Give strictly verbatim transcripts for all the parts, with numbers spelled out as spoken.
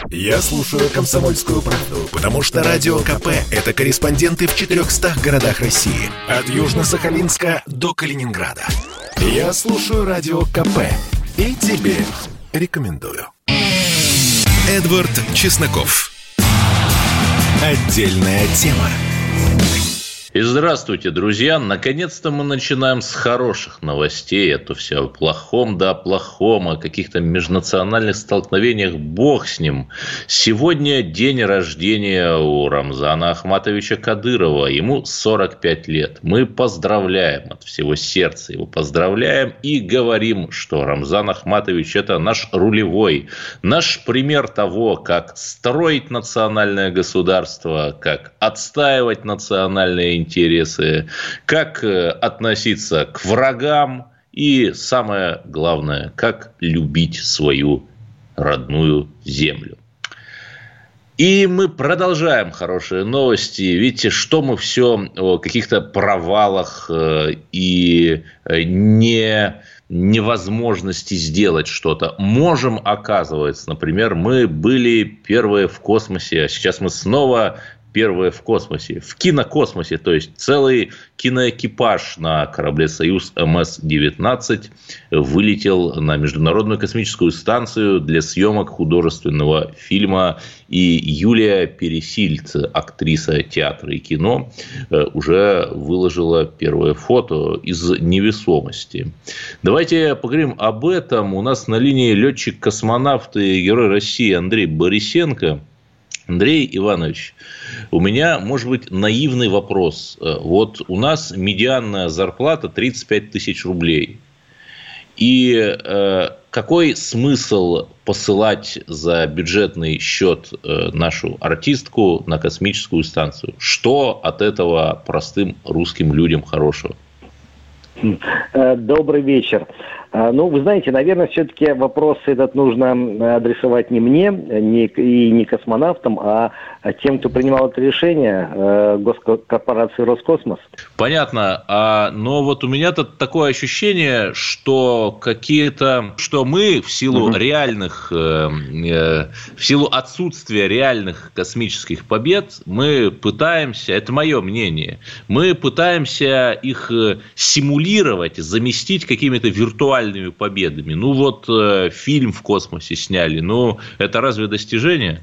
Я слушаю «Комсомольскую правду», потому что Радио КП – это корреспонденты в четырехстах городах России. От Южно-Сахалинска до Калининграда. Я слушаю Радио КП и тебе рекомендую. Эдвард Чесноков. Отдельная тема. И здравствуйте, друзья. Наконец-то мы начинаем с хороших новостей. Это все о плохом, да о плохом, о каких-то межнациональных столкновениях. Бог с ним. Сегодня день рождения у Рамзана Ахматовича Кадырова. Ему сорок пять лет. Мы поздравляем от всего сердца. Его поздравляем и говорим, что Рамзан Ахматович – это наш рулевой. Наш пример того, как строить национальное государство, как отстаивать национальные интересы. интересы, как относиться к врагам и, самое главное, как любить свою родную землю. И мы продолжаем хорошие новости. Видите, что мы все о каких-то провалах и не... невозможности сделать что-то. Можем, оказывается. Например, мы были первые в космосе, а сейчас мы снова первые в космосе, в кинокосмосе, то есть целый киноэкипаж на корабле «Союз» эм эс девятнадцать вылетел на Международную космическую станцию для съемок художественного фильма. И Юлия Пересильд, актриса театра и кино, уже выложила первое фото из невесомости. Давайте поговорим об этом. У нас на линии летчик-космонавт и герой России Андрей Борисенко. Андрей Иванович, у меня, может быть, наивный вопрос. Вот у нас медианная зарплата тридцать пять тысяч рублей. И э, какой смысл посылать за бюджетный счет э, нашу артистку на космическую станцию? Что от этого простым русским людям хорошего? Добрый вечер. Ну, вы знаете, наверное, все-таки вопрос этот нужно адресовать не мне, не, и не космонавтам, а тем, кто принимал это решение, госкорпорации «Роскосмос». Понятно. А, но вот у меня-то такое ощущение, что какие-то, что мы в силу угу. реальных, э, э, в силу отсутствия реальных космических побед, мы пытаемся, это мое мнение, мы пытаемся их симулировать, заместить какими-то виртуальными победами. Ну вот э, фильм в космосе сняли, ну это разве достижение?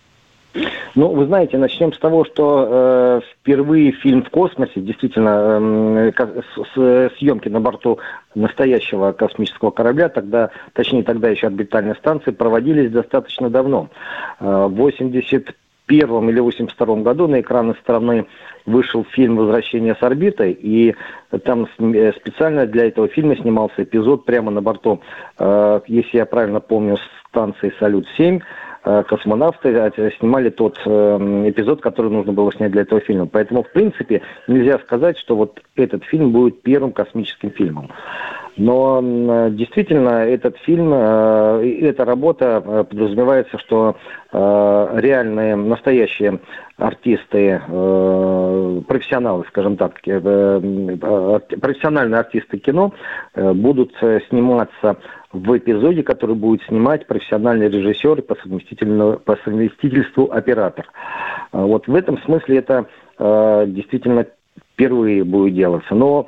Ну, вы знаете, начнем с того, что э, впервые фильм в космосе, действительно, э, с, с, съемки на борту настоящего космического корабля, тогда, точнее, тогда еще орбитальной станции, проводились достаточно давно. Э, в восемьдесят первом или восемьдесят втором году на экраны страны вышел фильм «Возвращение с орбитой», и там специально для этого фильма снимался эпизод прямо на борту, э, если я правильно помню, станции «Салют-семь». Космонавты снимали тот эпизод, который нужно было снять для этого фильма. Поэтому, в принципе, нельзя сказать, что вот этот фильм будет первым космическим фильмом. Но действительно, этот фильм, эта работа подразумевается, что реальные, настоящие артисты, профессионалы, скажем так, профессиональные артисты кино будут сниматься в эпизоде, который будет снимать профессиональный режиссер и по совместительству, по совместительству оператор. Вот в этом смысле это действительно впервые будет делаться. Но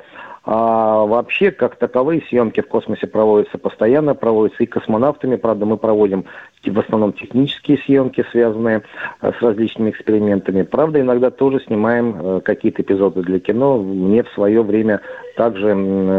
а вообще, как таковые, съемки в космосе проводятся постоянно, проводятся и космонавтами. Правда, мы проводим в основном технические съемки, связанные с различными экспериментами. Правда, иногда тоже снимаем какие-то эпизоды для кино. Мне в свое время также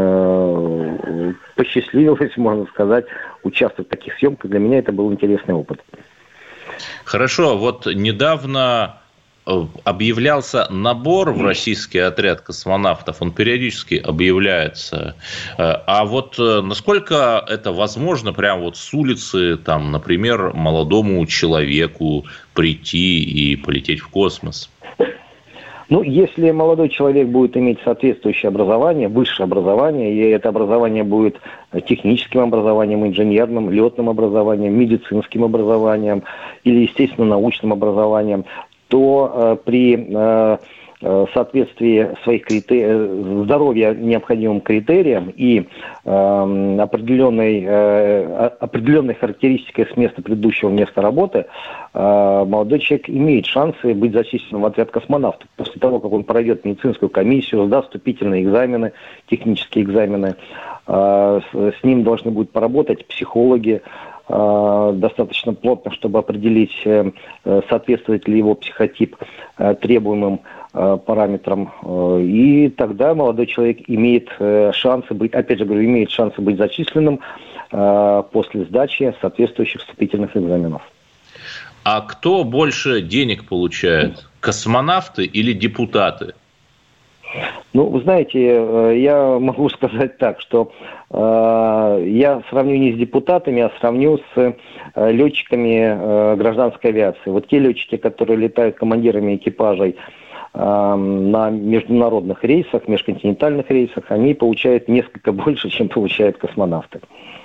э, посчастливилось, можно сказать, участвовать в таких съемках. Для меня это был интересный опыт. Хорошо, вот недавно объявлялся набор в российский отряд космонавтов, он периодически объявляется. А вот насколько это возможно прямо вот с улицы, там, например, молодому человеку прийти и полететь в космос? Ну, если молодой человек будет иметь соответствующее образование, высшее образование, и это образование будет техническим образованием, инженерным, летным образованием, медицинским образованием или, естественно, научным образованием, то э, при э, соответствии своих критерий, здоровья необходимым критериям и э, определенной, э, определенной характеристикой с места предыдущего места работы, э, молодой человек имеет шансы быть зачисленным в отряд космонавтов. После того, как он пройдет медицинскую комиссию, сдаст вступительные экзамены, технические экзамены, э, с, с ним должны будут поработать психологи, достаточно плотно, чтобы определить, соответствует ли его психотип требуемым параметрам. И тогда молодой человек имеет шансы быть, опять же говорю, имеет шансы быть зачисленным после сдачи соответствующих вступительных экзаменов. А кто больше денег получает? Космонавты или депутаты? Ну, вы знаете, я могу сказать так, что э, я сравню не с депутатами, а сравню с э, летчиками э, гражданской авиации. Вот те летчики, которые летают командирами экипажей э, на международных рейсах, межконтинентальных рейсах, они получают несколько больше, чем получают космонавты.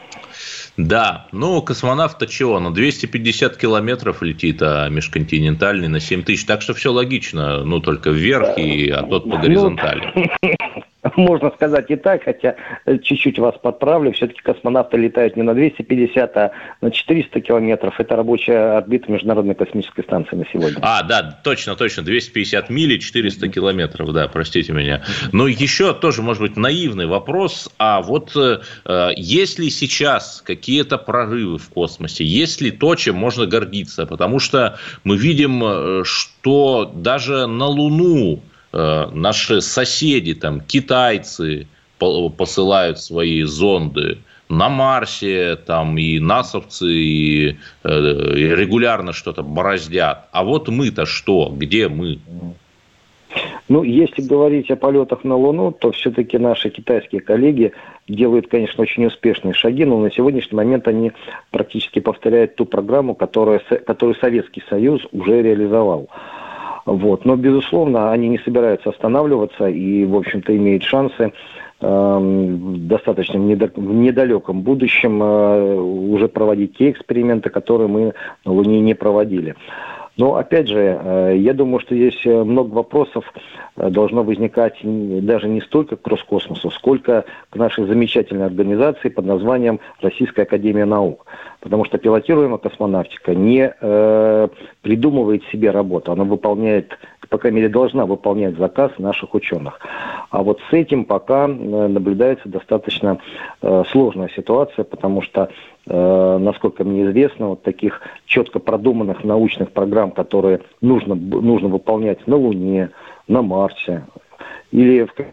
Да, ну, космонавт-то чего? На двести пятьдесят километров летит, а межконтинентальный на семь тысяч. Так что все логично, ну, только вверх, и, а тот по горизонтали. Можно сказать и так, хотя чуть-чуть вас подправлю. Все-таки космонавты летают не на двести пятьдесят, а на четыреста километров. Это рабочая орбита Международной космической станции на сегодня. А, да, точно, точно. двести пятьдесят миль и четыреста километров, да, простите меня. Но еще тоже, может быть, наивный вопрос. А вот э, есть ли сейчас какие-то прорывы в космосе? Есть ли то, чем можно гордиться? Потому что мы видим, что даже на Луну наши соседи, там, китайцы посылают свои зонды, на Марсе там и насовцы и, и регулярно что-то бороздят. А вот мы-то что? Где мы? Ну, если говорить о полетах на Луну, то все-таки наши китайские коллеги делают, конечно, очень успешные шаги, но на сегодняшний момент они практически повторяют ту программу, которую, которую Советский Союз уже реализовал. Вот. Но, безусловно, они не собираются останавливаться и, в общем-то, имеют шансы э, в достаточно в недалеком будущем э, уже проводить те эксперименты, которые мы на Луне не проводили. Но, опять же, э, я думаю, что здесь много вопросов должно возникать даже не столько к Роскосмосу, сколько к нашей замечательной организации под названием Российская Академия Наук. Потому что пилотируемая космонавтика не э, придумывает себе работу, она выполняет, по крайней мере, должна выполнять заказ наших ученых. А вот с этим пока наблюдается достаточно э, сложная ситуация, потому что, э, насколько мне известно, вот таких четко продуманных научных программ, которые нужно, нужно выполнять на Луне, на Марсе, или в...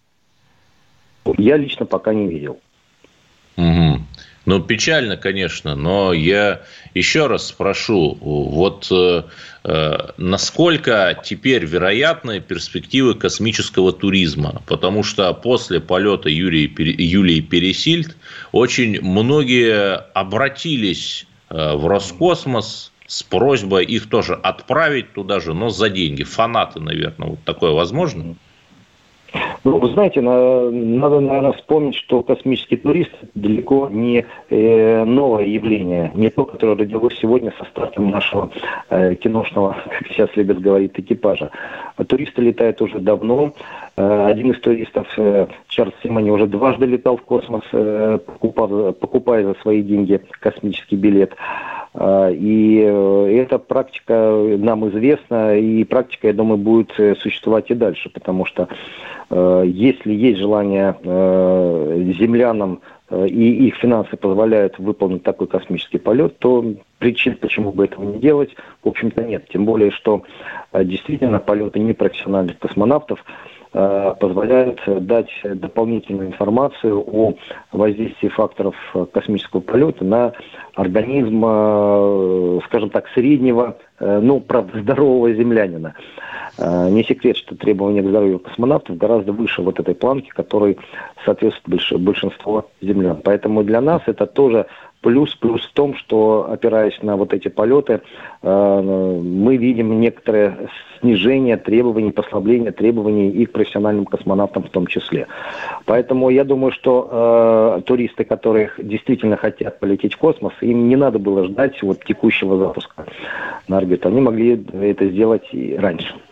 я лично пока не видел. Угу. Ну, печально, конечно, но я еще раз спрошу, вот э, насколько теперь вероятны перспективы космического туризма? Потому что после полета Юрия, Юлии Пересильд очень многие обратились в Роскосмос с просьбой их тоже отправить туда же, но за деньги. Фанаты, наверное, вот такое возможно? Ну, вы знаете, надо, наверное, вспомнить, что космический турист далеко не э, новое явление, не то, которое родилось сегодня со стартом нашего э, киношного, как сейчас любят говорить, экипажа. Туристы летают уже давно. Э, один из туристов, э, Чарльз Симони, уже дважды летал в космос, э, покупая, покупая за свои деньги космический билет. И эта практика нам известна, и практика, я думаю, будет существовать и дальше, потому что если есть желание землянам и их финансы позволяют выполнить такой космический полет, то причин, почему бы этого не делать, в общем-то нет. Тем более, что действительно полеты непрофессиональных космонавтов позволяют дать дополнительную информацию о воздействии факторов космического полета на организм, скажем так, среднего, ну, правда, здорового землянина. Не секрет, что требования к здоровью космонавтов гораздо выше вот этой планки, которой соответствует большинство землян. Поэтому для нас это тоже плюс, плюс в том, что, опираясь на вот эти полеты, мы видим некоторое снижение требований, послабление требований и к профессиональным космонавтам в том числе. Поэтому я думаю, что э, туристы, которые действительно хотят полететь в космос, им не надо было ждать вот текущего запуска на орбиту. Они могли это сделать и раньше.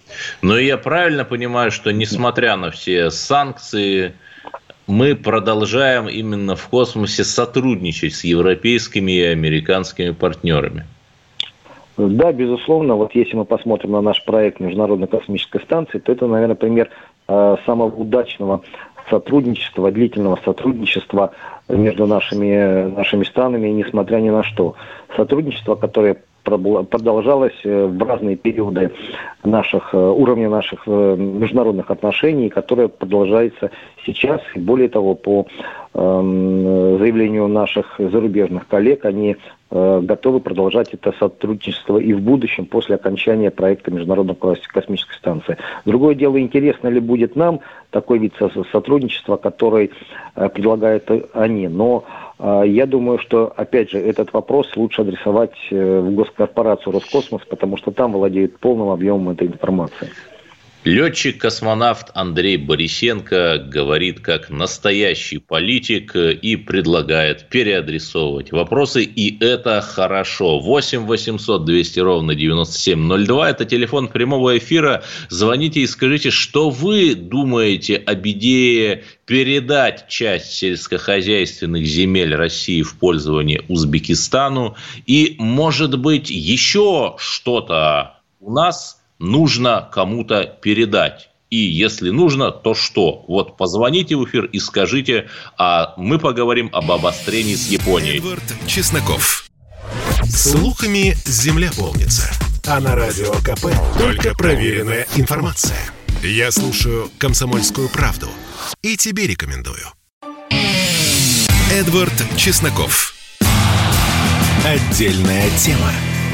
Но я правильно понимаю, что несмотря на все санкции, мы продолжаем именно в космосе сотрудничать с европейскими и американскими партнерами? Да, безусловно. Вот если мы посмотрим на наш проект Международной космической станции, то это, наверное, пример э, самого удачного сотрудничества, длительного сотрудничества между нашими, нашими странами, несмотря ни на что. Сотрудничество, которое продолжалось в разные периоды наших, уровня наших международных отношений, которое продолжается сейчас. И более того, по э, заявлению наших зарубежных коллег, они э, готовы продолжать это сотрудничество и в будущем, после окончания проекта Международной космической станции. Другое дело, интересно ли будет нам такой вид сотрудничества, который э, предлагают они. Но э, я думаю, что, опять же, этот вопрос лучше адресовать э, в госкорпорацию Роскосмос, потому что там владеют полным объемом этой информации. Летчик-космонавт Андрей Борисенко говорит как настоящий политик и предлагает переадресовывать вопросы, и это хорошо. восемь восемьсот двести ровно девяносто семь ноль два – это телефон прямого эфира. Звоните и скажите, что вы думаете об идее передать часть сельскохозяйственных земель России в пользование Узбекистану, и, может быть, еще что-то у нас нужно кому-то передать. И если нужно, то что? Вот позвоните в эфир и скажите, а мы поговорим об обострении с Японией. Эдвард Чесноков. Слухами земля полнится. А на радио КП только проверенная информация. Я слушаю «Комсомольскую правду» и тебе рекомендую. Эдвард Чесноков. Отдельная тема.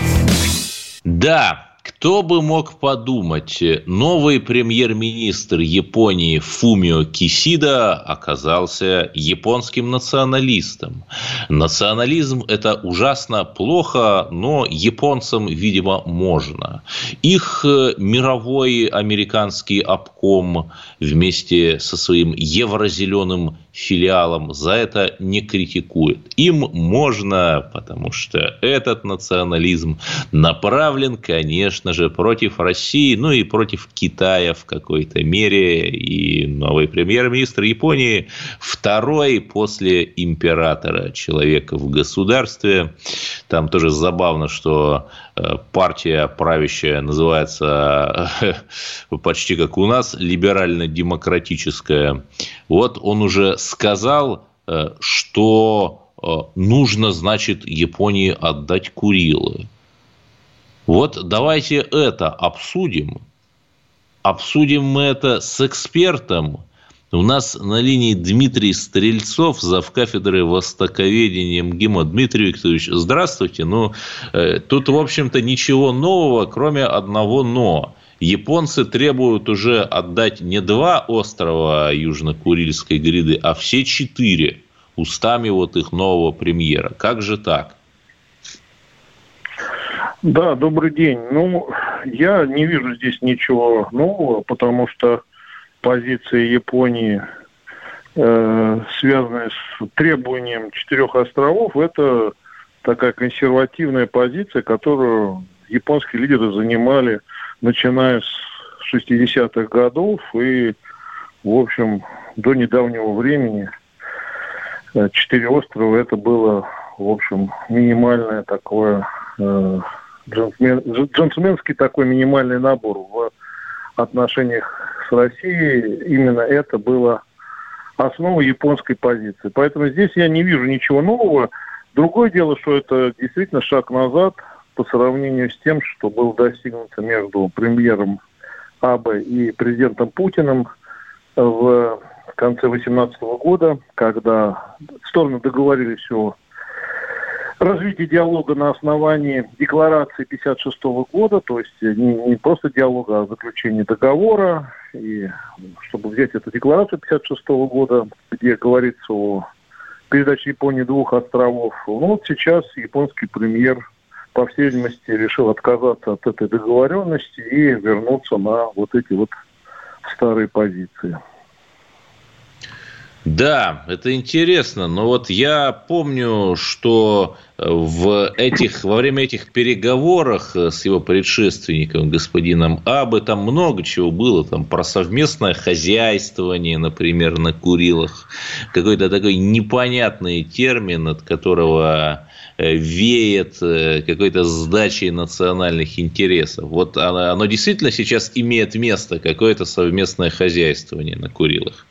Да. Кто бы мог подумать, новый премьер-министр Японии Фумио Кисида оказался японским националистом. Национализм – это ужасно плохо, но японцам, видимо, можно. Их мировой американский обком вместе со своим еврозеленым филиалом за это не критикует. Им можно, потому что этот национализм направлен, конечно же, против России, ну и против Китая в какой-то мере. И новый премьер-министр Японии второй после императора человека в государстве. Там тоже забавно, что партия правящая называется почти как у нас, либерально-демократическая. Вот он уже сказал, что нужно, значит, Японии отдать Курилы. Вот давайте это обсудим. Обсудим мы это с экспертом. У нас на линии Дмитрий Стрельцов, завкафедры востоковедения МГИМО. Дмитрий Викторович, здравствуйте. Ну, э, тут, в общем-то, ничего нового, кроме одного «но». Японцы требуют уже отдать не два острова Южно-Курильской гряды, а все четыре устами вот их нового премьера. Как же так? Да, добрый день. Ну, я не вижу здесь ничего нового, потому что позиция Японии, э, связанная с требованием четырех островов, это такая консервативная позиция, которую японские лидеры занимали, начиная с шестидесятых годов, и, в общем, до недавнего времени четыре острова это было, в общем, минимальное такое, э, джентльмен, джентльменский такой минимальный набор в отношениях с Россией. Именно это было основой японской позиции. Поэтому здесь я не вижу ничего нового. Другое дело, что это действительно шаг назад по сравнению с тем, что было достигнуто между премьером Абе и президентом Путиным в конце две тысячи восемнадцатого года, когда стороны договорились о развитии диалога на основании декларации тысяча девятьсот пятьдесят шестого года, то есть не, не просто диалога, а заключение договора. И чтобы взять эту декларацию тысяча девятьсот пятьдесят шестого года, где говорится о передаче Японии двух островов, ну вот сейчас японский премьер, по всей видимости, решил отказаться от этой договоренности и вернуться на вот эти вот старые позиции. Да, это интересно, но вот я помню, что в этих, во время этих переговоров с его предшественником, господином Абе, там много чего было, там про совместное хозяйствование, например, на Курилах, какой-то такой непонятный термин, от которого веет какой-то сдачей национальных интересов. Вот оно, оно действительно сейчас имеет место, какое-то совместное хозяйствование на Курилах.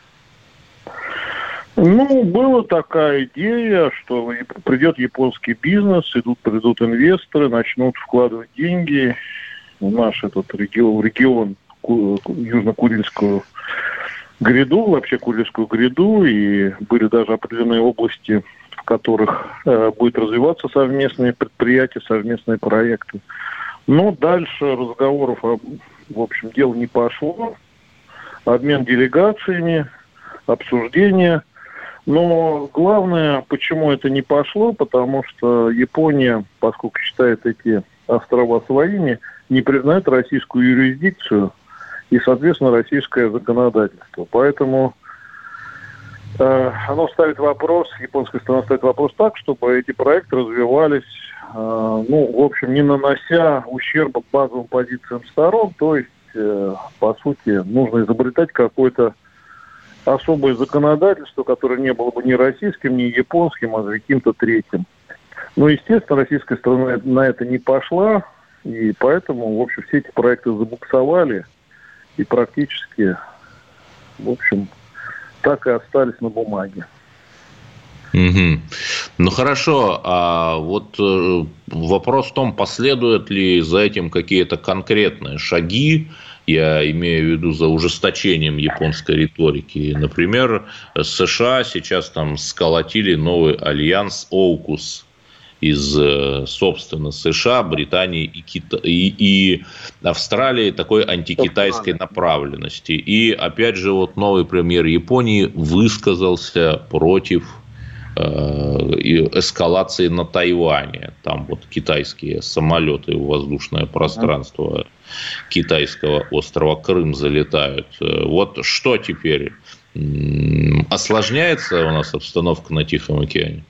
Ну, была такая идея, что придет японский бизнес, идут, придут инвесторы, начнут вкладывать деньги в наш этот регион, в регион Южно-Курильскую гряду, вообще Курильскую гряду, и были даже определенные области, в которых э, будет развиваться совместные предприятия, совместные проекты. Но дальше разговоров, в общем, дело не пошло. Обмен делегациями, обсуждение. Но главное, почему это не пошло, потому что Япония, поскольку считает эти острова своими, не признает российскую юрисдикцию и, соответственно, российское законодательство. Поэтому э, оно ставит вопрос, японская сторона ставит вопрос так, чтобы эти проекты развивались, э, ну, в общем, не нанося ущерба базовым позициям сторон, то есть, э, по сути, нужно изобретать какой-то особое законодательство, которое не было бы ни российским, ни японским, а каким-то третьим. Но, естественно, российская сторона на это не пошла, и поэтому, в общем, все эти проекты забуксовали и практически, в общем, так и остались на бумаге. Угу. Ну хорошо, а вот э, вопрос в том, последуют ли за этим какие-то конкретные шаги, я имею в виду за ужесточением японской риторики. Например, США сейчас там сколотили новый альянс оукус из, собственно, США, Британии и, Кита... и, и Австралии, такой антикитайской направленности. И опять же, вот новый премьер Японии высказался против эскалации на Тайване. Там вот китайские самолеты в воздушное пространство китайского острова Крым залетают. Вот что теперь? Осложняется у нас обстановка на Тихом океане?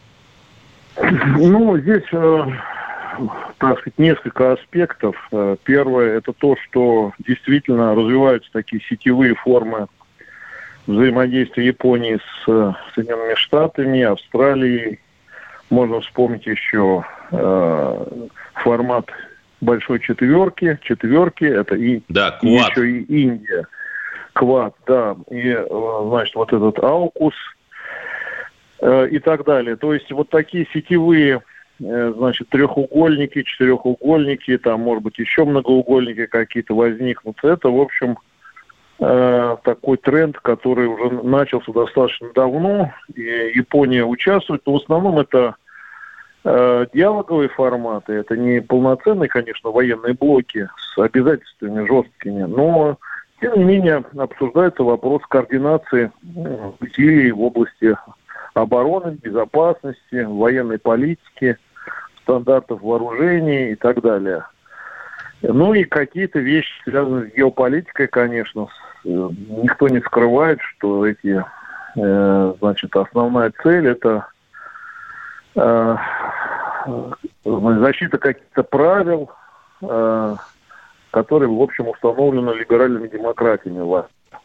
Ну, здесь, так сказать, несколько аспектов. Первое – это то, что действительно развиваются такие сетевые формы взаимодействия Японии с Соединенными Штатами, Австралией. Можно вспомнить еще э, формат большой четверки. Четверки – это и, да, и еще и Индия. Квад, да. И, значит, вот этот аукус э, и так далее. То есть вот такие сетевые, э, значит, трехугольники, четырехугольники, там, может быть, еще многоугольники какие-то возникнут. Это, в общем, такой тренд, который уже начался достаточно давно, и Япония участвует, но в основном это э, диалоговые форматы, это не полноценные, конечно, военные блоки с обязательствами жесткими, но, тем не менее, обсуждается вопрос координации усилий в области обороны, безопасности, военной политики, стандартов вооружений и так далее. Ну и какие-то вещи, связанные с геополитикой, конечно. Никто не скрывает, что эти, э, значит, основная цель – это э, защита каких-то правил, э, которые, в общем, установлены либеральными демократиями.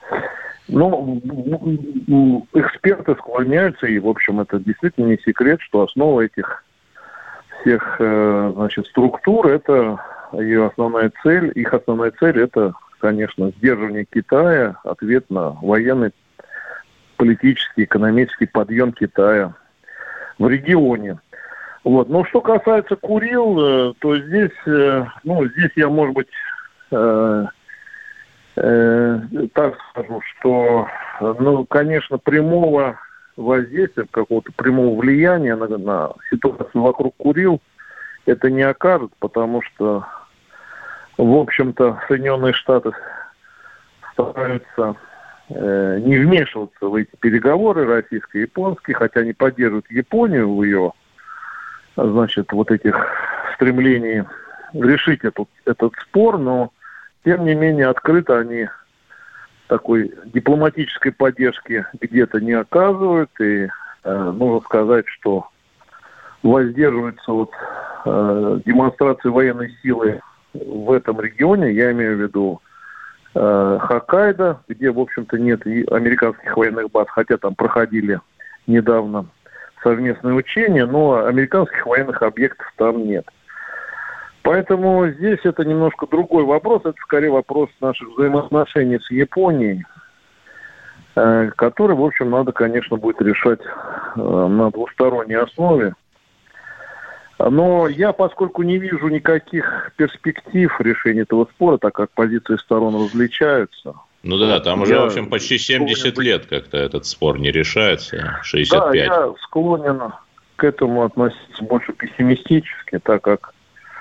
Ну, эксперты склоняются, и, в общем, это действительно не секрет, что основа этих всех, э, значит, структур – это ее основная цель, их основная цель – это, конечно, сдерживание Китая, ответ на военный, политический, экономический подъем Китая в регионе. Вот. Но что касается Курил, то здесь, ну, здесь я, может быть, э, э, так скажу, что, ну, конечно, прямого воздействия, какого-то прямого влияния на, на ситуацию вокруг Курил это не окажет, потому что, в общем-то, Соединенные Штаты стараются э, не вмешиваться в эти переговоры российско-японские, хотя они поддерживают Японию в ее, значит, вот этих стремлений решить этот, этот спор, но, тем не менее, открыто они такой дипломатической поддержки где-то не оказывают. И э, нужно сказать, что воздерживаются от э, демонстрации военной силы в этом регионе. Я имею в виду э, Хоккайдо, где, в общем-то, нет и американских военных баз, хотя там проходили недавно совместные учения, но американских военных объектов там нет. Поэтому здесь это немножко другой вопрос. Это скорее вопрос наших взаимоотношений с Японией, э, который, в общем, надо, конечно, будет решать э, на двусторонней основе. Но я, поскольку не вижу никаких перспектив решения этого спора, так как позиции сторон различаются. Ну да, там уже, в общем, почти семьдесят лет как-то этот спор не решается, шестьдесят пять. Да, я склонен к этому относиться больше пессимистически, так как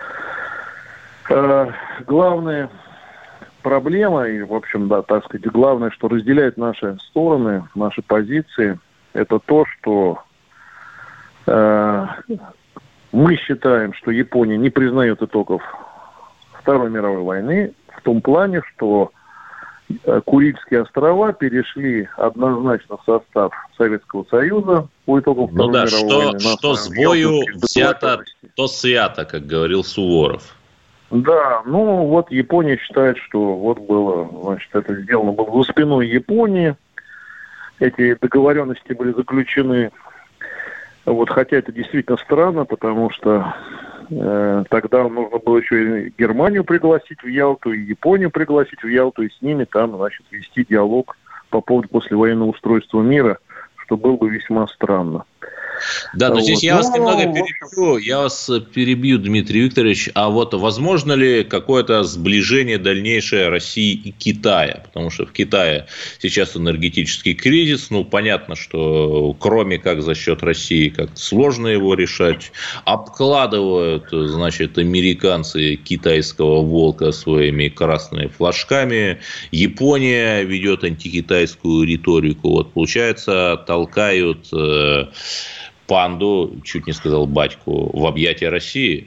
э, главная проблема, и, в общем, да, так сказать, главное, что разделяет наши стороны, наши позиции, это то, что э, мы считаем, что Япония не признает итогов Второй мировой войны в том плане, что Курильские острова перешли однозначно в состав Советского Союза по итогам Второй ну да, мировой что, войны. Что с бою взято, то свято, как говорил Суворов. Да, ну вот Япония считает, что вот было, значит, это сделано было за спиной Японии. Эти договоренности были заключены. Вот, хотя это действительно странно, потому что э, тогда нужно было еще и Германию пригласить в Ялту, и Японию пригласить в Ялту, и с ними там, значит, вести диалог по поводу послевоенного устройства мира, что было бы весьма странно. Да, но вот. Здесь я ну, вас немного перебью, я вас перебью, Дмитрий Викторович, а вот возможно ли какое-то сближение дальнейшее России и Китая? Потому что в Китае сейчас энергетический кризис, ну, понятно, что кроме как за счет России как-то сложно его решать, обкладывают, значит, американцы китайского волка своими красными флажками, Япония ведет антикитайскую риторику, вот, получается, толкают панду, чуть не сказал батьку, в объятия России?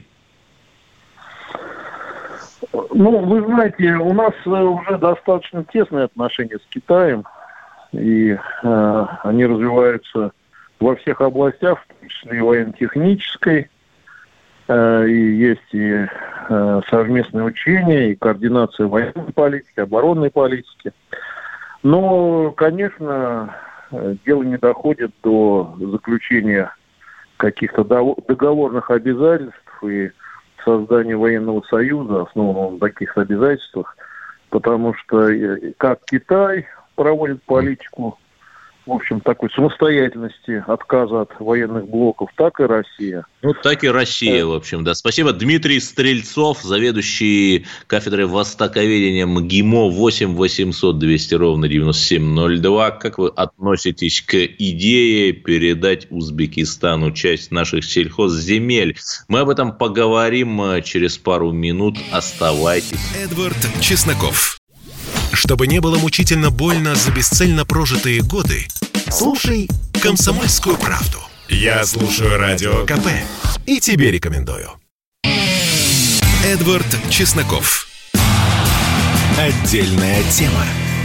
Ну, вы знаете, у нас уже достаточно тесные отношения с Китаем, и э, они развиваются во всех областях, в том числе и военно-технической, э, и есть и э, совместные учения, и координация военной политики, оборонной политики. Но, конечно, дело не доходит до заключения каких-то договорных обязательств и создания военного союза, основанного на таких обязательствах, потому что как Китай проводит политику, в общем, такой самостоятельности, отказа от военных блоков, так и Россия. Ну, так и Россия, в общем, да. Спасибо. Дмитрий Стрельцов, заведующий кафедрой востоковедения МГИМО, восемь восемьсот двести ровно девяносто семь ноль два. Как вы относитесь к идее передать Узбекистану часть наших сельхозземель? Мы об этом поговорим через пару минут. Оставайтесь. Эдвард Чесноков. Чтобы не было мучительно больно за бесцельно прожитые годы, слушай «Комсомольскую правду». Я слушаю Радио КП и тебе рекомендую. Эдвард Чесноков. Отдельная тема.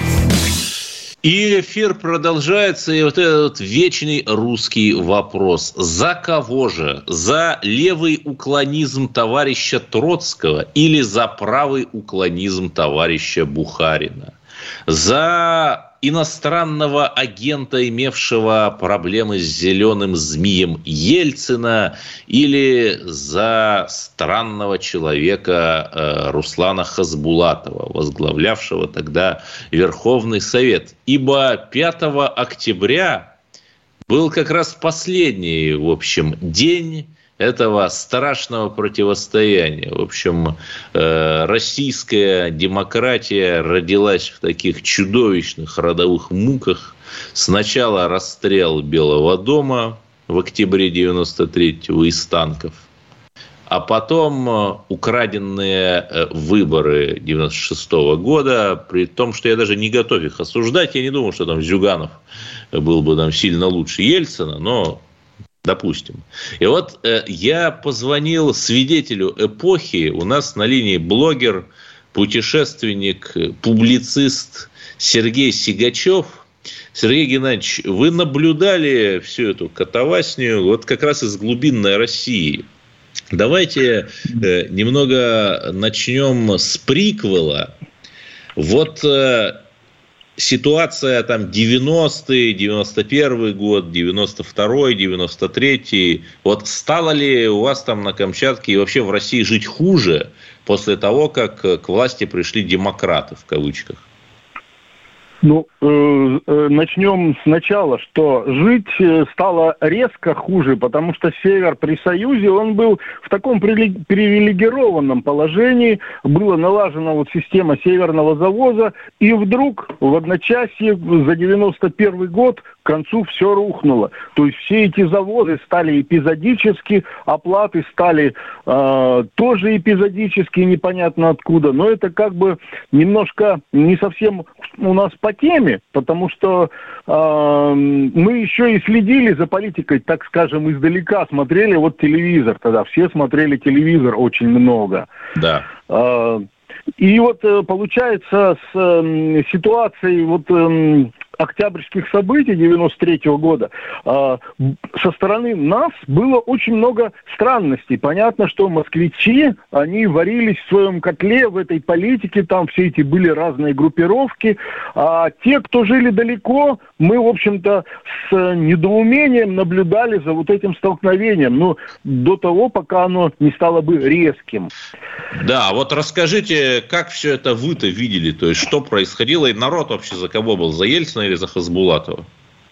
И эфир продолжается, и вот этот вечный русский вопрос. За кого же? За левый уклонизм товарища Троцкого или за правый уклонизм товарища Бухарина? За иностранного агента, имевшего проблемы с зеленым змеем Ельцина, или за странного человека э, Руслана Хасбулатова, возглавлявшего тогда Верховный Совет? Ибо пятого октября был как раз последний, в общем, день этого страшного противостояния. В общем, э, российская демократия родилась в таких чудовищных родовых муках. Сначала расстрел Белого дома в октябре девяносто третьего из танков, а потом украденные выборы девяносто шестого года, при том, что я даже не готов их осуждать. Я не думал, что там Зюганов был бы там сильно лучше Ельцина, но допустим. И вот э, я позвонил свидетелю эпохи. У нас на линии блогер, путешественник, публицист Сергей Сигачев. Сергей Геннадьевич, вы наблюдали всю эту катавасню вот как раз из глубинной России. Давайте э, немного начнем с приквела. Вот э, ситуация там девяностые, девяносто первый год, девяносто второй, девяносто третий. Вот стало ли у вас там на Камчатке и вообще в России жить хуже после того, как к власти пришли демократы, в кавычках? Ну, э, э, начнем сначала, что жить стало резко хуже, потому что Север при Союзе, он был в таком привилегированном положении, была налажена вот система северного завоза, и вдруг в одночасье за девяносто первый год к концу все рухнуло. То есть все эти заводы стали эпизодически, оплаты стали э, тоже эпизодически, непонятно откуда, но это как бы немножко не совсем у нас по теме, потому что э, мы еще и следили за политикой, так скажем, издалека, смотрели вот телевизор тогда, все смотрели телевизор очень много. Да. Э, и вот э, получается с э, ситуацией вот э, октябрьских событий девяносто третьего года э, со стороны нас было очень много странностей. Понятно, что москвичи, они варились в своем котле, в этой политике, там все эти были разные группировки, а те, кто жили далеко, мы, в общем-то, с недоумением наблюдали за вот этим столкновением, ну, до того, пока оно не стало бы резким. Да, вот расскажите, как все это вы-то видели, то есть что происходило, и народ вообще за кого был, за Ельцина или за Хасбулатова?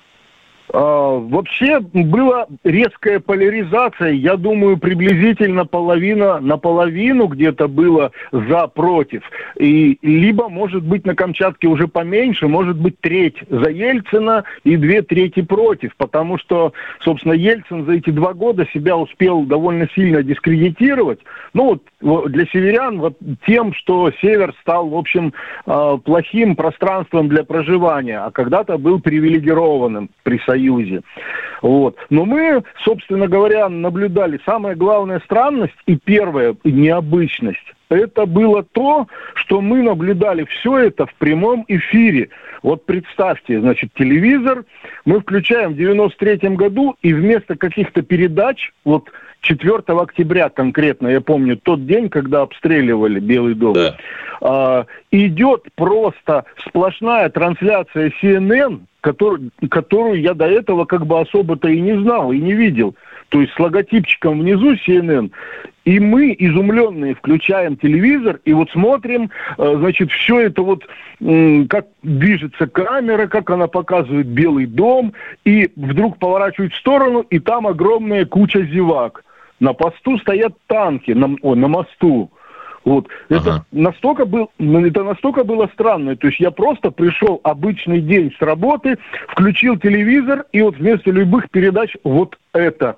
А, вообще была резкая поляризация, я думаю, приблизительно половина на половину где-то было за-против. И либо, может быть, на Камчатке уже поменьше, может быть, треть за Ельцина и две трети против, потому что, собственно, Ельцин за эти два года себя успел довольно сильно дискредитировать. Ну, вот для северян вот тем, что Север стал, в общем, плохим пространством для проживания, а когда-то был привилегированным при Союзе. Вот. Но мы, собственно говоря, наблюдали самая главная странность и первая необычность. Это было то, что мы наблюдали все это в прямом эфире. Вот представьте, значит, телевизор мы включаем в девяносто третьем году, и вместо каких-то передач, вот четвёртого октября конкретно, я помню, тот день, когда обстреливали Белый дом, да. а, идет просто сплошная трансляция си эн эн, который, которую я до этого как бы особо-то и не знал, и не видел. То есть с логотипчиком внизу си эн эн. И мы, изумленные, включаем телевизор и вот смотрим, значит, все это вот, как движется камера, как она показывает Белый дом, и вдруг поворачивает в сторону, и там огромная куча зевак. На посту стоят танки, на, о, на мосту. Вот. Ага. Это, настолько был, это настолько было странно. То есть я просто пришел обычный день с работы, включил телевизор, и вот вместо любых передач вот это.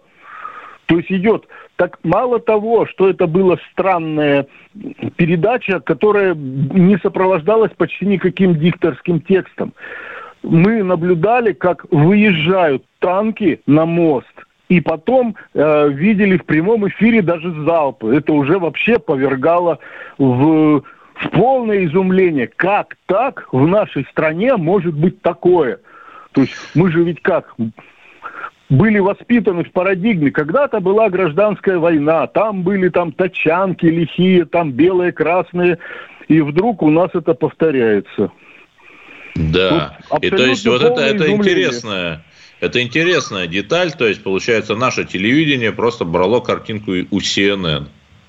То есть идет. Так мало того, что это была странная передача, которая не сопровождалась почти никаким дикторским текстом. Мы наблюдали, как выезжают танки на мост, и потом э, видели в прямом эфире даже залпы. Это уже вообще повергало в, в полное изумление. Как так в нашей стране может быть такое? То есть мы же ведь как... были воспитаны в парадигме. Когда-то была гражданская война, там были там тачанки лихие, там белые, красные, и вдруг у нас это повторяется. Да, и то есть вот это, это интересная, это интересная деталь, то есть получается наше телевидение просто брало картинку у си эн эн.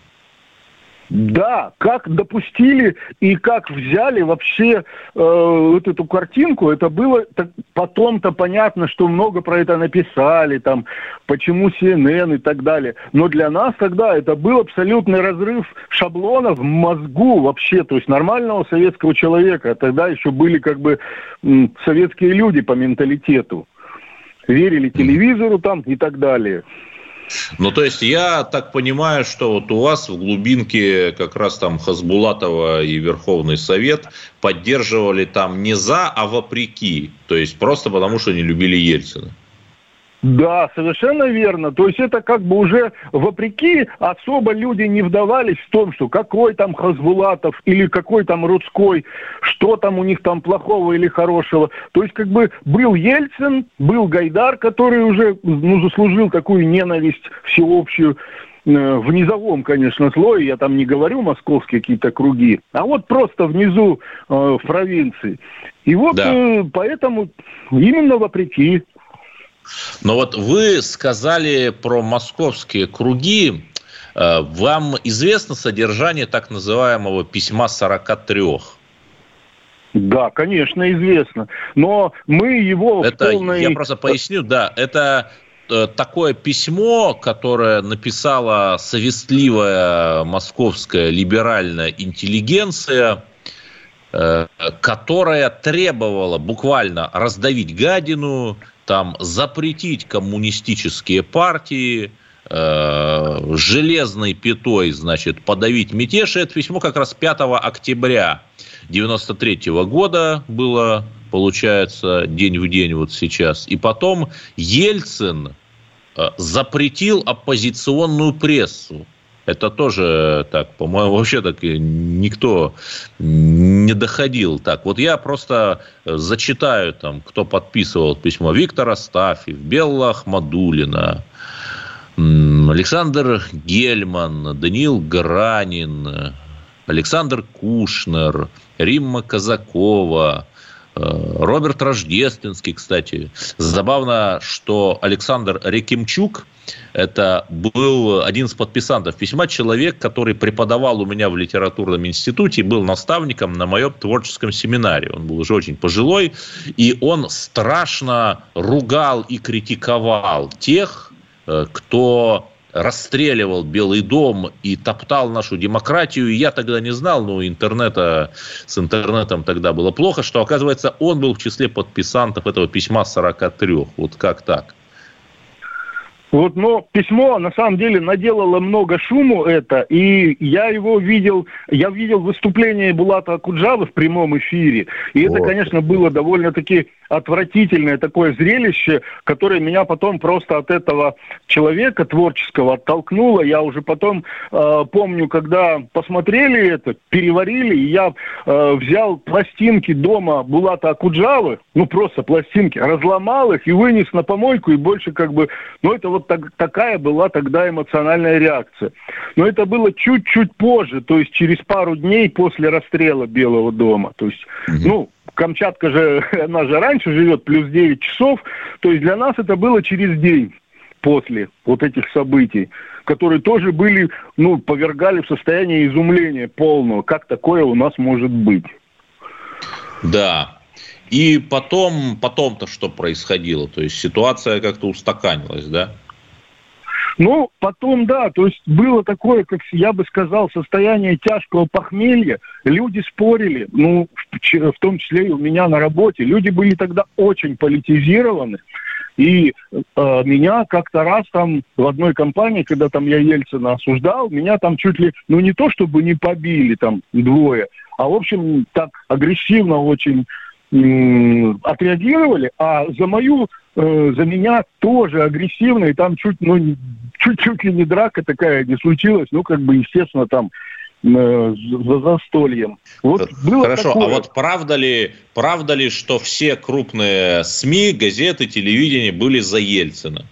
Да, как допустили и как взяли вообще э, вот эту картинку, это было так, потом-то понятно, что много про это написали, там, почему си эн эн и так далее. Но для нас тогда это был абсолютный разрыв шаблона в мозгу вообще, то есть нормального советского человека. Тогда еще были как бы м, советские люди по менталитету. Верили телевизору там и так далее. Ну, то есть, я так понимаю, что вот у вас в глубинке как раз там Хасбулатова и Верховный Совет поддерживали там не за, а вопреки. То есть, просто потому, что не любили Ельцина. Да, совершенно верно. То есть это как бы уже вопреки особо люди не вдавались в том, что какой там Хасбулатов или какой там Рудской, что там у них там плохого или хорошего. То есть как бы был Ельцин, был Гайдар, который уже ну, заслужил такую ненависть всеобщую. В низовом, конечно, слое, я там не говорю московские какие-то круги, а вот просто внизу э, в провинции. И вот да. э, поэтому именно вопреки. Но вот вы сказали про московские круги. Вам известно содержание так называемого письма сорока трёх? Да, конечно, известно. Но мы его это, в полной... Я просто поясню, да, это такое письмо, которое написала совестливая московская либеральная интеллигенция, которая требовала буквально раздавить гадину, там, запретить коммунистические партии, э, железной пятой, значит, подавить мятеж. И это письмо как раз пятого октября девяносто третьего года было, получается, день в день вот сейчас. И потом Ельцин э, запретил оппозиционную прессу. Это тоже так, по-моему, вообще так никто не доходил. Так, вот я просто зачитаю, там, кто подписывал письмо. Виктор Астафьев, Белла Ахмадуллина, Александр Гельман, Даниил Гранин, Александр Кушнер, Римма Казакова, Роберт Рождественский, кстати. Забавно, что Александр Рекимчук – это был один из подписантов письма, человек, который преподавал у меня в литературном институте, был наставником на моем творческом семинаре. Он был уже очень пожилой, и он страшно ругал и критиковал тех, кто расстреливал Белый дом и топтал нашу демократию. И я тогда не знал, но интернета, с интернетом тогда было плохо, что, оказывается, он был в числе подписантов этого письма сорока трёх. Вот как так? Вот, но письмо, на самом деле, наделало много шуму это, и я его видел, я видел выступление Булата Акуджавы в прямом эфире, и вот. Это, конечно, было довольно-таки отвратительное такое зрелище, которое меня потом просто от этого человека творческого оттолкнуло. Я уже потом э, помню, когда посмотрели это, переварили, и я э, взял пластинки дома Булата Акуджавы, ну просто пластинки, разломал их и вынес на помойку, и больше как бы, ну это вот так, такая была тогда эмоциональная реакция. Но это было чуть-чуть позже, то есть через пару дней после расстрела Белого дома. То есть, mm-hmm. ну, Камчатка же, она же раньше живет, плюс девять часов, то есть для нас это было через день после вот этих событий, которые тоже были, ну, повергали в состояние изумления полного, как такое у нас может быть. Да. И потом, потом-то что происходило? То есть ситуация как-то устаканилась, да? Ну, потом, да, то есть было такое, как я бы сказал, состояние тяжкого похмелья. Люди спорили, ну, в, в том числе и у меня на работе. Люди были тогда очень политизированы. И э, меня как-то раз там в одной компании, когда там я Ельцина осуждал, меня там чуть ли, ну, не то чтобы не побили там двое, а, в общем, так агрессивно очень м- отреагировали. А за мою... за меня тоже агрессивно, и там чуть, ну, чуть-чуть ли не драка такая не случилась, ну, как бы, естественно, там э, за застольем. Вот было Хорошо, такое. А вот правда ли, правда ли, что все крупные СМИ, газеты, телевидение были за Ельцина?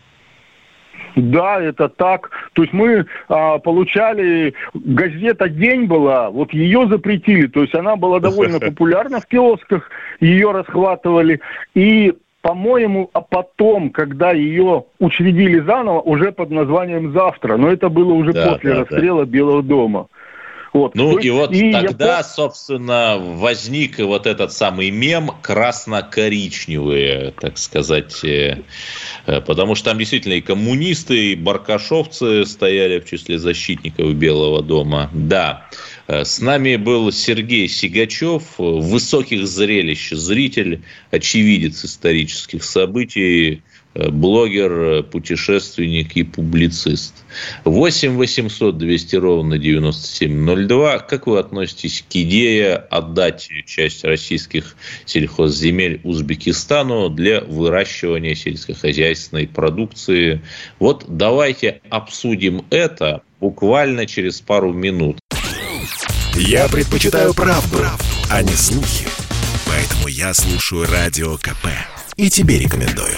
Да, это так. То есть мы а, получали, газета «День» была, вот ее запретили, то есть она была довольно популярна в киосках, ее расхватывали, и по-моему, а потом, когда ее учредили заново, уже под названием «Завтра», но это было уже да, после да, расстрела да. Белого дома. Вот. Ну есть, и вот и тогда, я... собственно, возник вот этот самый мем красно-коричневые, так сказать, потому что там действительно и коммунисты, и баркашовцы стояли в числе защитников Белого дома. Да. С нами был Сергей Сигачев, высоких зрелищ зритель, очевидец исторических событий. блогер, путешественник и публицист. восемь восемьсот двести ровно девяносто семь ноль два. Как вы относитесь к идее отдать часть российских сельхозземель Узбекистану для выращивания сельскохозяйственной продукции? Вот давайте обсудим это буквально через пару минут. Я предпочитаю правду, правду, а не слухи. Поэтому я слушаю Радио КП. И тебе рекомендую.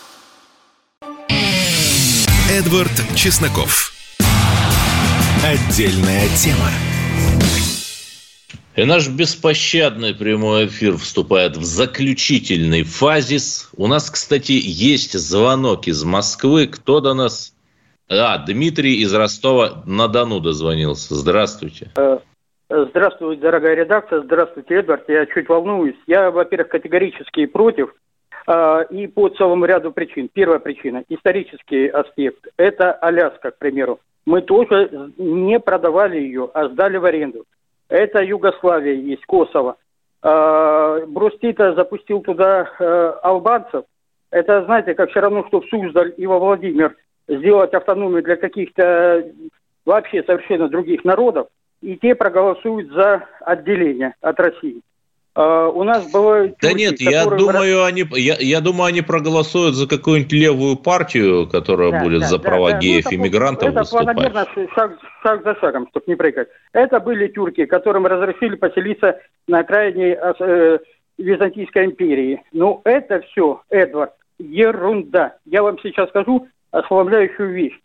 Эдвард Чесноков. Отдельная тема. И наш беспощадный прямой эфир вступает в заключительный фазис. У нас, кстати, есть звонок из Москвы. Кто до нас? А, Дмитрий из Ростова-на-Дону дозвонился. Здравствуйте. Здравствуйте, дорогая редакция. Здравствуйте, Эдвард. Я чуть волнуюсь. Я, во-первых, категорически против. И по целому ряду причин. Первая причина – исторический аспект. Это Аляска, к примеру. Мы тоже не продавали ее, а сдали в аренду. Это Югославия есть, Косово. Брустита запустил туда албанцев. Это, знаете, как все равно, что в Суздаль и во Владимир сделать автономию для каких-то вообще совершенно других народов, и те проголосуют за отделение от России. Uh, у нас было... Да нет, я думаю, они, я, я думаю, они проголосуют за какую-нибудь левую партию, которая да, будет да, за права да, геев да. и ну, мигрантов это выступать. Это планомерно, шаг, шаг за шагом, чтобы не прыгать. Это были тюрки, которым разрешили поселиться на окраине э, Византийской империи. Ну, это все, Эдвард, ерунда. Я вам сейчас скажу ошеломляющую вещь.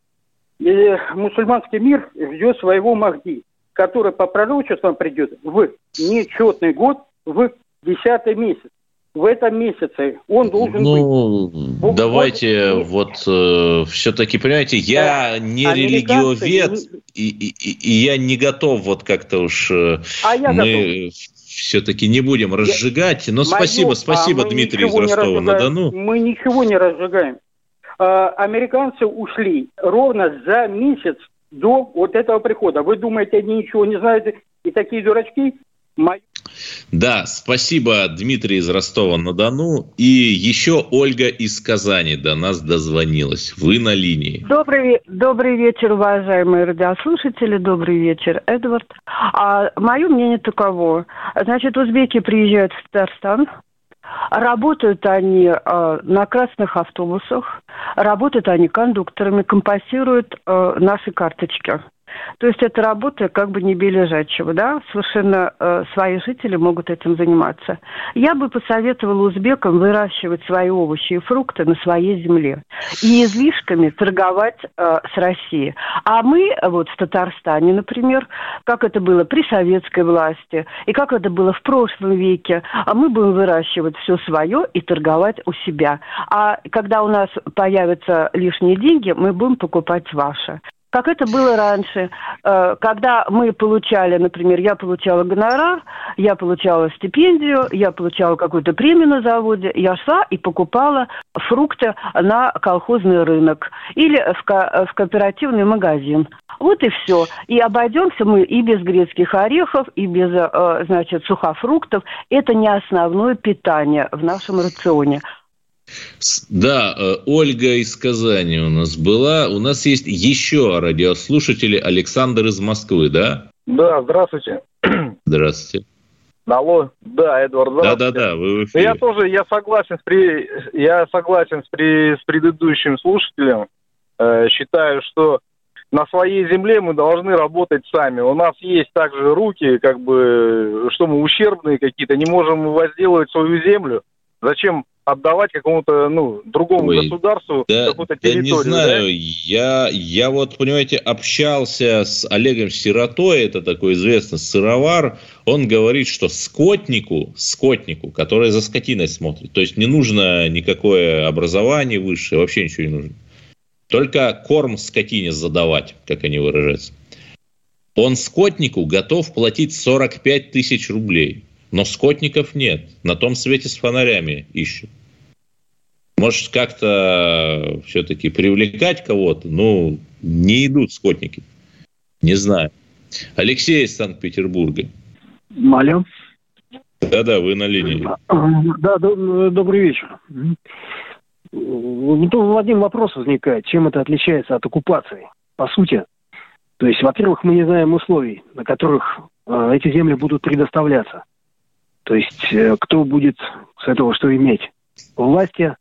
И мусульманский мир ждет своего Махди, который по пророчествам придет в нечетный год, в десятый месяц. В этом месяце он должен ну, быть... Ну, давайте он... вот э, все-таки, понимаете, я да. не религиовед, и, и, и я не готов вот как-то уж... А я мы готов. Все-таки не будем разжигать. Но Мою... спасибо, спасибо, а Дмитрий из Ростова-на-Дону. Мы ничего не разжигаем. А, американцы ушли ровно за месяц до вот этого прихода. Вы думаете, они ничего не знают и такие дурачки? Мою... Да, спасибо, Дмитрий из Ростова-на-Дону. И еще Ольга из Казани до нас дозвонилась. Вы на линии. Добрый, добрый вечер, уважаемые радиослушатели. Добрый вечер, Эдвард. А, мое мнение таково. Значит, узбеки приезжают в Татарстан. Работают они э, на красных автобусах. Работают они кондукторами, компостируют э, наши карточки. То есть это работа как бы не бей лежачего, да, совершенно э, свои жители могут этим заниматься. Я бы посоветовала узбекам выращивать свои овощи и фрукты на своей земле и излишками торговать э, с Россией. А мы вот в Татарстане, например, как это было при советской власти и как это было в прошлом веке, мы будем выращивать все свое и торговать у себя. А когда у нас появятся лишние деньги, мы будем покупать ваше. Как это было раньше, когда мы получали, например, я получала гонорар, я получала стипендию, я получала какую-то премию на заводе, я шла и покупала фрукты на колхозный рынок или в, ко- в кооперативный магазин. Вот и все. И обойдемся мы и без грецких орехов, и без, значит, сухофруктов. Это не основное питание в нашем рационе. Да, Ольга из Казани у нас была. У нас есть еще радиослушатели. Александр из Москвы, да? Да, здравствуйте. Здравствуйте. Алло, да, Эдвард, здравствуйте. Да-да-да, вы в эфире. Я тоже, я согласен с, при... я согласен с, при... с предыдущим слушателем. Э, считаю, что на своей земле мы должны работать сами. У нас есть также руки, как бы, что мы ущербные какие-то, не можем возделывать свою землю. Зачем отдавать какому-то, ну, другому Ой, государству да, какую-то территорию? Да не знаю, да? я, я вот, понимаете, общался с Олегом Сиротой, это такой известный сыровар, он говорит, что скотнику, скотнику, который за скотиной смотрит, то есть не нужно никакое образование высшее, вообще ничего не нужно, только корм скотине задавать, как они выражаются. Он скотнику готов платить сорок пять тысяч рублей. Но скотников нет. На том свете с фонарями ищут. Может, как-то все-таки привлекать кого-то? Ну, не идут скотники. Не знаю. Алексей из Санкт-Петербурга. Алло. Да-да, вы на линии. Да, добрый вечер. ну, то один вопрос возникает, чем это отличается от оккупации, по сути. То есть, во-первых, мы не знаем условий, на которых э, эти земли будут предоставляться. То есть, э, кто будет с этого что иметь? Власти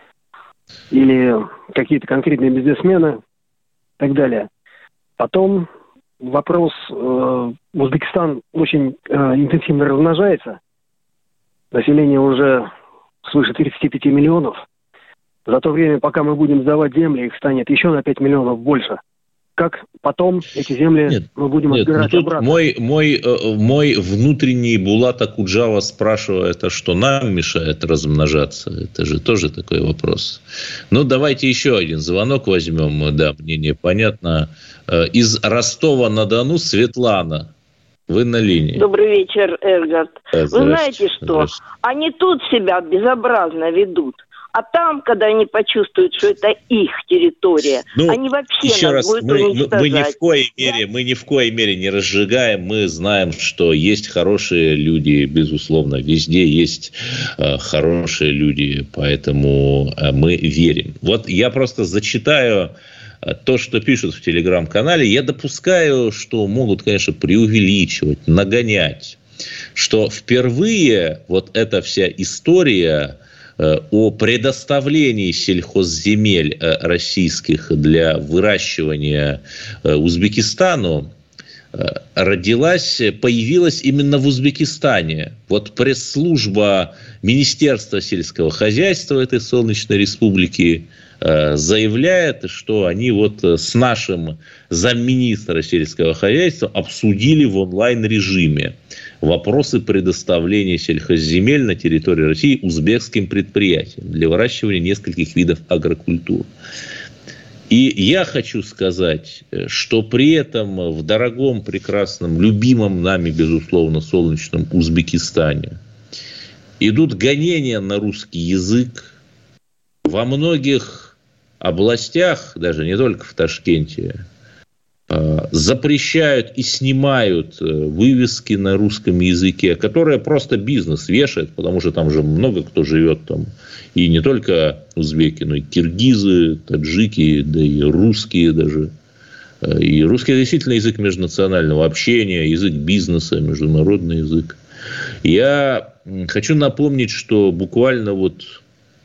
или какие-то конкретные бизнесмены и так далее. Потом вопрос, э, Узбекистан очень э, интенсивно размножается. Население уже свыше тридцати пяти миллионов. За то время, пока мы будем сдавать земли, их станет еще на пять миллионов больше. Как потом эти земли нет, мы будем нет, отбирать ну тут обратно? Мой, мой, мой внутренний Булат Акуджава спрашивает, а что нам мешает размножаться? Это же тоже такой вопрос. Ну, давайте еще один звонок возьмем. Да, мнение понятно. Из Ростова-на-Дону Светлана. Вы на линии. Добрый вечер, Эдгард. Да, вы знаете что? Они тут себя безобразно ведут. А там, когда они почувствуют, что это их территория, ну, они вообще еще нас раз, будут мы, уничтожать. Мы ни в коей мере, мы ни в коей мере не разжигаем. Мы знаем, что есть хорошие люди, безусловно, везде есть э, хорошие люди, поэтому э, мы верим. Вот я просто зачитаю то, что пишут в телеграм-канале. Я допускаю, что могут, конечно, преувеличивать, нагонять, что впервые вот эта вся история о предоставлении сельхозземель российских для выращивания Узбекистану родилась, появилась именно в Узбекистане. Вот пресс-служба Министерства сельского хозяйства этой солнечной республики заявляет, что они вот с нашим замминистра сельского хозяйства обсудили в онлайн-режиме вопросы предоставления сельхозземель на территории России узбекским предприятиям для выращивания нескольких видов агрокультур. И я хочу сказать, что при этом в дорогом, прекрасном, любимом нами, безусловно, солнечном Узбекистане идут гонения на русский язык. Во многих областях, даже не только в Ташкенте, запрещают и снимают вывески на русском языке, которые просто бизнес вешает, потому что там же много кто живет там. И не только узбеки, но и киргизы, таджики, да и русские даже. И русский действительно язык межнационального общения, язык бизнеса, международный язык. Я хочу напомнить, что буквально вот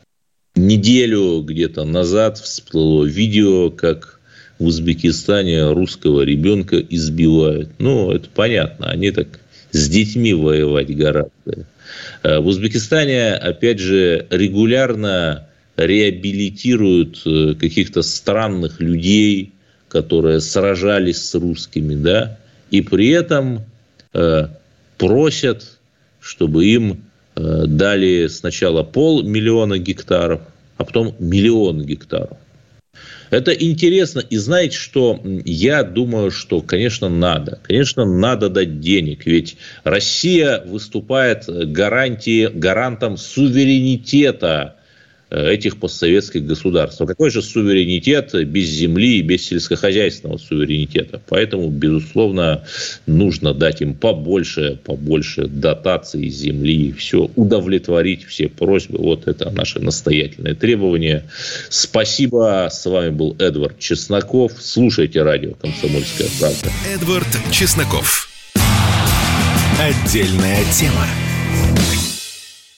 неделю где-то назад всплыло видео, как в Узбекистане русского ребенка избивают. Ну, это понятно, они так с детьми воевать гораздо. В Узбекистане, опять же, регулярно реабилитируют каких-то странных людей, которые сражались с русскими, да, и при этом э, просят, чтобы им э, дали сначала полмиллиона гектаров, а потом миллион гектаров. Это интересно. И знаете, что я думаю, что, конечно, надо. Конечно, надо дать денег. Ведь Россия выступает гарантией, гарантом суверенитета этих постсоветских государств. Какой же суверенитет без земли и без сельскохозяйственного суверенитета? Поэтому, безусловно, нужно дать им побольше, побольше дотаций земли, и все, удовлетворить все просьбы. Вот это наше настоятельное требование. Спасибо. С вами был Эдвард Чесноков. Слушайте радио «Комсомольская правда». Эдвард Чесноков. Отдельная тема.